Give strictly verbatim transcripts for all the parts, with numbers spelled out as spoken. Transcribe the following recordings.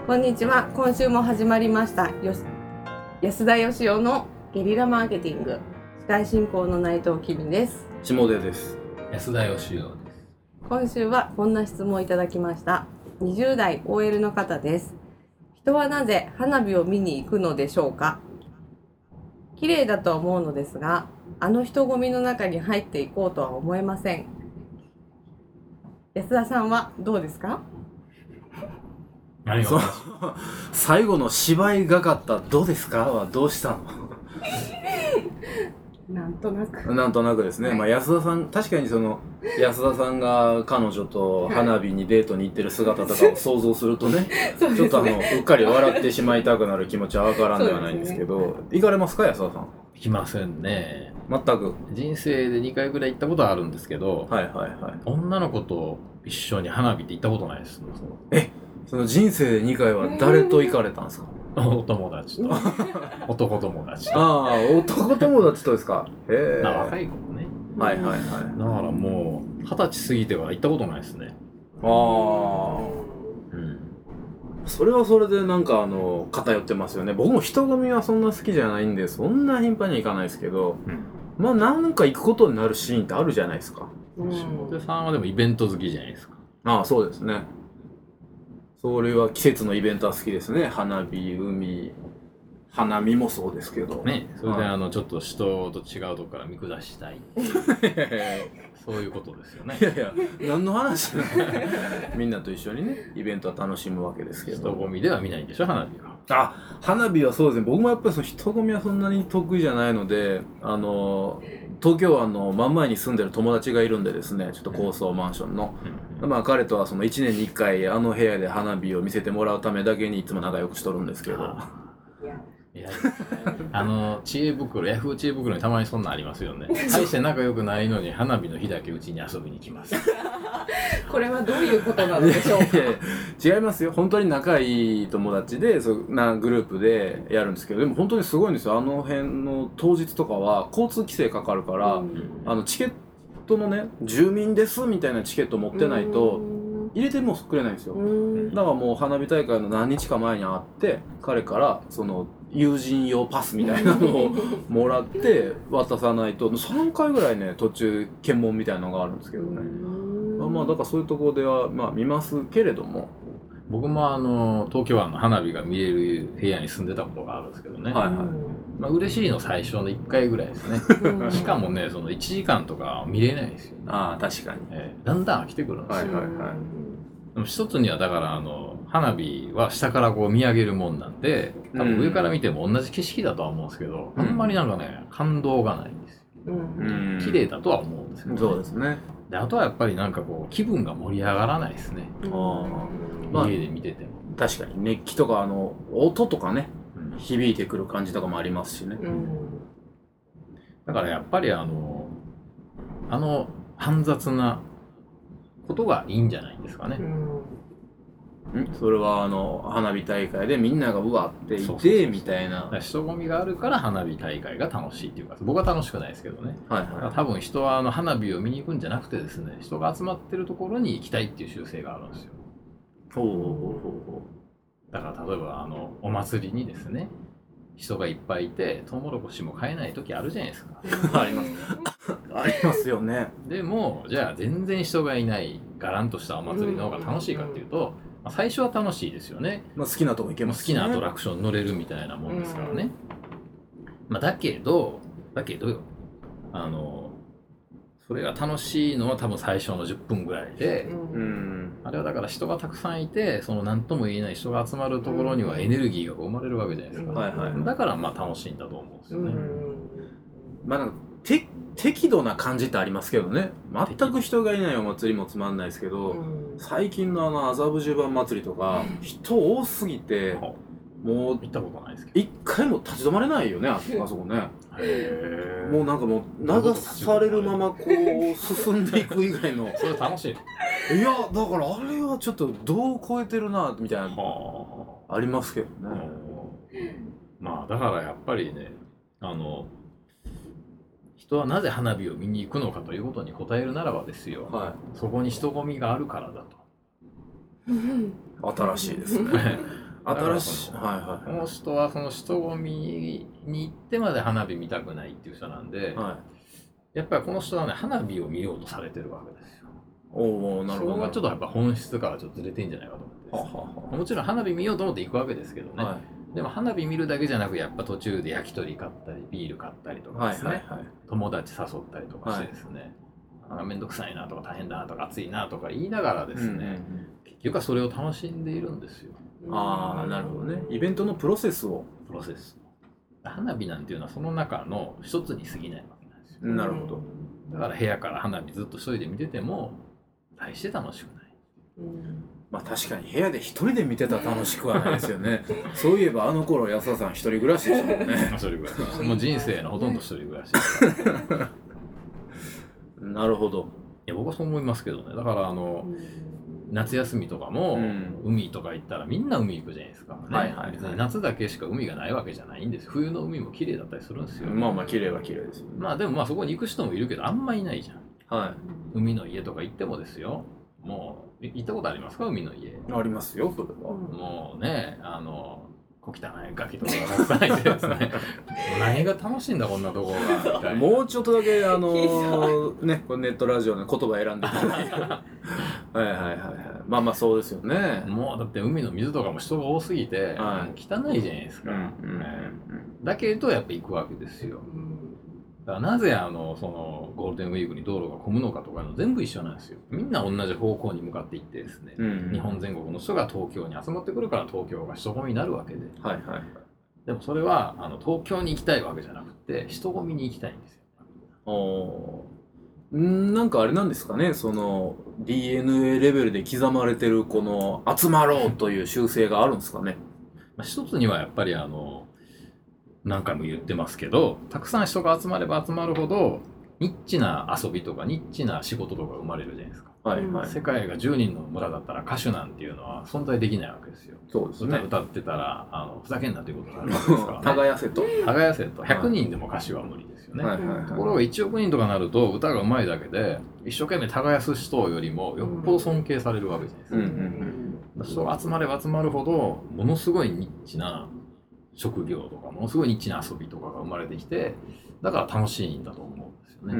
こんにちは。今週も始まりましたよし安田義雄のゲリラマーケティング、司会進行の内藤きみです。 下出です。 安田義雄です。 今週はこんな質問をいただきました。にじゅう代 オーエル の方です。人はなぜ花火を見に行くのでしょうか。綺麗だと思うのですが、あの人混みの中に入っていこうとは思えません。安田さんはどうですか。 何が最後の芝居がかったどうですかはどうしたのなんとなくなんとなくですね、はい、まあ、安田さん、確かにその安田さんが彼女と花火にデートに行ってる姿とかを想像するとね、はい、ちょっとあのうっかり笑ってしまいたくなる気持ちはわからんではないんですけど、ね、行かれますか安田さん。 行きませんね。 全く。 人生でにかいぐらい行ったことはあるんですけど、 はいはいはい、 女の子と一緒に花火って行ったことないです。 えその人生でにかいは誰と行かれたんですか。 お友達と男友達と。 ああ、男友達とですか。へえ。 若い子もね。 はいはいはい。だからもう二十歳過ぎては行ったことないですね。 ああ、うん。それはそれでなんかあの偏ってますよね。僕も人混みはそんな好きじゃないんで、そんな頻繁に行かないですけど、うん、まあなんか行くことになるシーンってあるじゃないですか。 下出さんはでもイベント好きじゃないですか。 ああ、そうですね。それは季節のイベントは好きですね。花火、海、花見もそうですけど。 ね、それで、はい、あのちょっと人と違うとこから見下したい。そういうことですよね。 いやいや、何の話みんなと一緒にね、イベントは楽しむわけですけど。 人混みでは見ないんでしょ、花火は。 あ、花火はそうですね。僕もやっぱりその人混みはそんなに得意じゃないので、あの、東京湾の真ん前に住んでる友達がいるんでですね、ちょっと高層マンションの。うん、まあ彼とはそのいちねんにいっかいあの部屋で花火を見せてもらうためだけにいつも仲良くしとるんですけど。 いやあの知恵袋、ヤフー知恵袋にたまにそんなんありますよね。大して仲良くないのに花火の日だけうちに遊びに来ます。 これはどういうことなのでしょうか。いやいや違いますよ。本当に仲いい友達でそんなグループでやるんですけど、でも本当にすごいんですよ。あの辺の当日とかは交通規制かかるから、うん、あのチケットのね、住民ですみたいなチケット持ってないと入れてもくれないんですよ。だからもう花火大会の何日か前に会って彼からその友人用パスみたいなのをもらって渡さないとさんかいぐらいね途中検問みたいなのがあるんですけどね。まあだからそういうところではまあ見ますけれども、 僕もあの東京湾の花火が見える部屋に住んでたことがあるんですけどね。はいはい。まあ嬉しいの最初のいっかいぐらいですね。しかもねそのいちじかんとか見れないですよ、ね。 ああ確かに、 えー。だんだん飽きてくるんですよ。はいはいはい。でも一つにはだからあの花火は下からこう見上げるもんなんで、多分上から見ても同じ景色だとは思うんですけど、うん、あんまりなんかね感動がないんですよ。うん、綺麗だとは思うんですけど、ね、 そうですね。 であとはやっぱりなんかこう気分が盛り上がらないですね。あ、まあ、家で見てても確かに熱気とかあの音とかね、うん、響いてくる感じとかもありますしね。うん、 だからやっぱりあのあの煩雑なことがいいんじゃないですかね。 うん、それはあの花火大会でみんながうわっていてみたいな。 人混みがあるから花火大会が楽しいっていうか、僕は楽しくないですけどね。はいはい、多分人はあの花火を見に行くんじゃなくてですね、人が集まってるところに行きたいっていう習性があるんですよ。ほうほうほうほう。だから例えばあのお祭りにですね、人がいっぱいいてトウモロコシも買えない時あるじゃないですか。 ありますありますよね。 でもじゃあ全然人がいないガランとしたお祭りの方が楽しいかっていうと、まあ、最初は楽しいですよね。 まあ、好きなとこ行けますし、ね、好きなアトラクション乗れるみたいなもんですからね。まあ、だけどだけどよあのそれが楽しいのは多分最初のじゅっぷんぐらいで、うん、あれはだから人がたくさんいてその何とも言えない人が集まるところにはエネルギーが生まれるわけじゃないですか、うんはいはい、だからまあ楽しいんだと思うんですよね、うん、 まあなんかて適度な感じってありますけどね。全く人がいないお祭りもつまんないですけど、うん、最近のあの麻布十番祭りとか、うん、人多すぎて、うん、もう行ったことないですけど一回も立ち止まれないよね、あそこね。へもうなんかもう流されるままこう進んでいく以外のそれ楽しい。 いやだからあれはちょっとどう超えてるなみたいなありますけどね。 まあだからやっぱりね、あの人はなぜ花火を見に行くのかということに答えるならばですよ、はい、そこに人混みがあるからだと。 新しいですね。 新しい、はいはい、 この人はその人混みに行ってまで花火見たくないっていう人なんで、はい、やっぱりこの人はね花火を見ようとされてるわけですよ。 おお、なるほど。 それがちょっとやっぱ本質からちょっとずれてんじゃないかと思って、はははもちろん花火見ようと思って行くわけですけどね、はい、でも花火見るだけじゃなくやっぱ途中で焼き鳥買ったりビール買ったりとかですね、はいはいはい、友達誘ったりとかしてですね、はい、めんどくさいなとか大変だなとか暑いなとか言いながらですね、うんうんうん、結局はそれを楽しんでいるんですよ。 ああ、なるほどね。イベントのプロセスを。 プロセス。花火なんていうのはその中の一つに過ぎないわけなんですよ。 なるほど。 だから部屋から花火ずっと一人で見てても大して楽しくない。 うん、まあ確かに部屋で一人で見てたら楽しくはないですよね。そういえばあの頃安田さん一人暮らしでしたもんね。 一人暮らし。もう人生のほとんど一人暮らしですから、ね。 なるほど。 いや僕はそう思いますけどね。だからあの。うん夏休みとかも、うん、海とか行ったらみんな海行くじゃないですか、ね、はいはいはい、別に夏だけしか海がないわけじゃないんですよ。冬の海も綺麗だったりするんですよ。 まあまあ綺麗は綺麗ですよ、ね、 まあでもまあそこに行く人もいるけどあんまいないじゃん、はい、海の家とか行ってもですよ。もう行ったことありますか？海の家。 ありますよそれは。 もうねあの小汚いガキとかがたくさんいてですね何が楽しいんだこんなところがみたいな。 もうちょっとだけあのー、ねこれネットラジオの言葉選んでください。はいはいはいはい。まあまあそうですよね。 もうだって海の水とかも人が多すぎて、はい、汚いじゃないですか、うんうんえー、だけどやっぱ行くわけですよ。だからなぜあのそのゴールデンウィークに道路が混むのかとかの全部一緒なんですよ。みんな同じ方向に向かっていってですね、うんうん、日本全国の人が東京に集まってくるから東京が人混みになるわけで、はいはい、でもそれはあの東京に行きたいわけじゃなくて人混みに行きたいんですよ。 おんなんかあれなんですかね、その ディーエヌエー レベルで刻まれてるこの集まろうという習性があるんですかね。 まあ一つにはやっぱりあの何回も言ってますけど、たくさん人が集まれば集まるほどニッチな遊びとかニッチな仕事とか生まれるじゃないですか。はいはい、世界がじゅうにんの村だったら歌手なんていうのは存在できないわけですよ。そうですね。歌ってたらあのふざけんなということになるわけですからね。 耕せと。 耕せと。ひゃくにんでも歌手は無理ですよね。はいはいはい、ところがいちおくにんとかなると歌が上手いだけで一生懸命耕す人よりもよっぽど尊敬されるわけじゃないですか。うんうんうん、人が集まれば集まるほどものすごいニッチな職業とかものすごいニッチな遊びとかが生まれてきて、だから楽しいんだと思うんですよね。うん、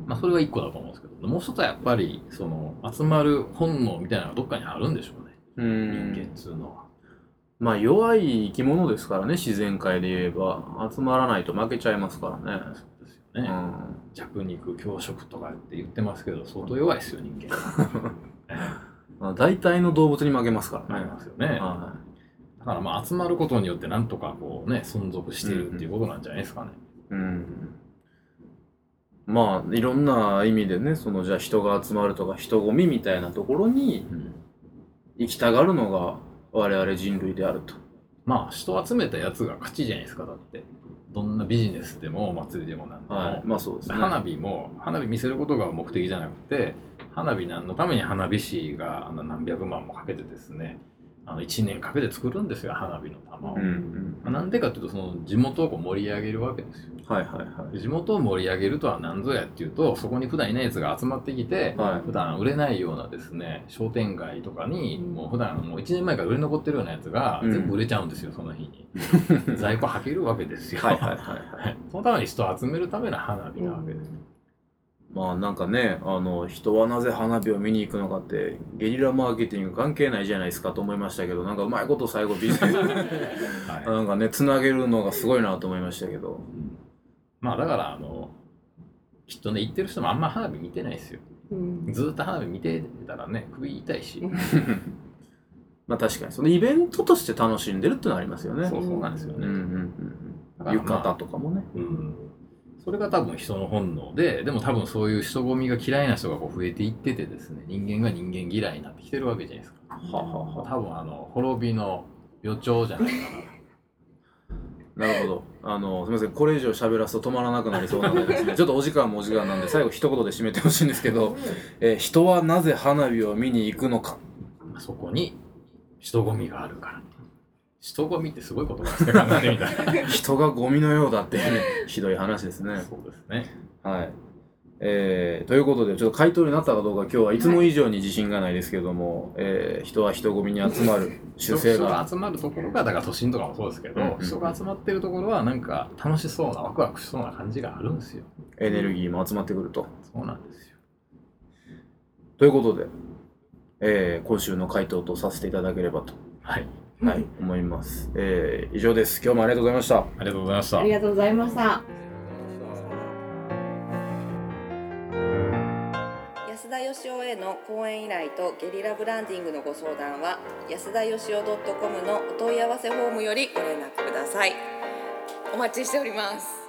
まあそれが一個だと思うんですけど、もう一つはやっぱりその集まる本能みたいなのがどっかにあるんでしょうね。うん、人間っつうのは。 まあ弱い生き物ですからね、自然界で言えば集まらないと負けちゃいますからね。 そうですよね。うん、弱肉強食とかって言ってますけど相当弱いですよ人間。 まあ大体の動物に負けますからね。 負けますよね。はい、だからまあ集まることによってなんとかこうね存続しているっていうことなんじゃないですかね。うん、うんまあいろんな意味でね、そのじゃあ人が集まるとか人混みみたいなところに行きたがるのが我々人類であると。 まあ人を集めたやつが勝ちじゃないですか。だってどんなビジネスでもお祭りでもなんでも、はい、まあそうですね、花火も花火見せることが目的じゃなくて、花火何のために花火師があの何百万もかけてですね、あのいちねんかけて作るんですよ花火の玉を。うんうん、なんでかっていうとその地元をこう盛り上げるわけですよ。はいはいはい、地元を盛り上げるとは何ぞやっていうと、そこに普段いないやつが集まってきて、はい、普段売れないようなですね商店街とかに、うん、もう普段もういちねんまえから売れ残ってるようなやつが全部売れちゃうんですよ、うん、その日に在庫はけるわけですよ。はいはいはいはい、そのために人を集めるための花火なわけです。 うん、まあなんかね、あの人はなぜ花火を見に行くのかってゲリラマーケティング関係ないじゃないですかと思いましたけど、なんかうまいこと最後ビジネスはいなんかねつなげるのがすごいなと思いましたけど、うん、 まあだからあのきっとね行ってる人もあんま花火見てないですよ、うん、ずっと花火見てたらね首痛いしまあ確かにそのイベントとして楽しんでるってのはありますよね。 そうそうなんですよね、うんうんうん、浴衣とかもね、 うん、それが多分人の本能で、でも多分そういう人混みが嫌いな人がこう増えていっててですね、人間が人間嫌いになってきてるわけじゃないですか。ははは多分あの滅びの予兆じゃないかな。 なるほど。あのすみません、これ以上喋らすと止まらなくなりそうなのでですね、ちょっとお時間もお時間なんで最後一言で締めてほしいんですけど、えー、人はなぜ花火を見に行くのか。 そこに人混みがあるから。人混みってすごい言葉ですね、考えてみたら。 人がゴミのようだっていうね、ひどい話ですね。 そうですね。 はい。 えー、ということでちょっと回答になったかどうか今日はいつも以上に自信がないですけども、はい、えー、人は人混みに集まる習性が人が集まるところがだから都心とかもそうですけど、うんうん、人が集まってるところはなんか楽しそうなワクワクしそうな感じがあるんですよ。 エネルギーも集まってくると。 そうなんですよ。 ということで、えー、今週の回答とさせていただければと、 はいはい、思います、えー、以上です。今日もありがとうございました。 ありがとうございました。 ありがとうございました。安田義雄への講演依頼とゲリラブランディングのご相談は安田義雄 .com のお問い合わせフォームよりご連絡ください。お待ちしております。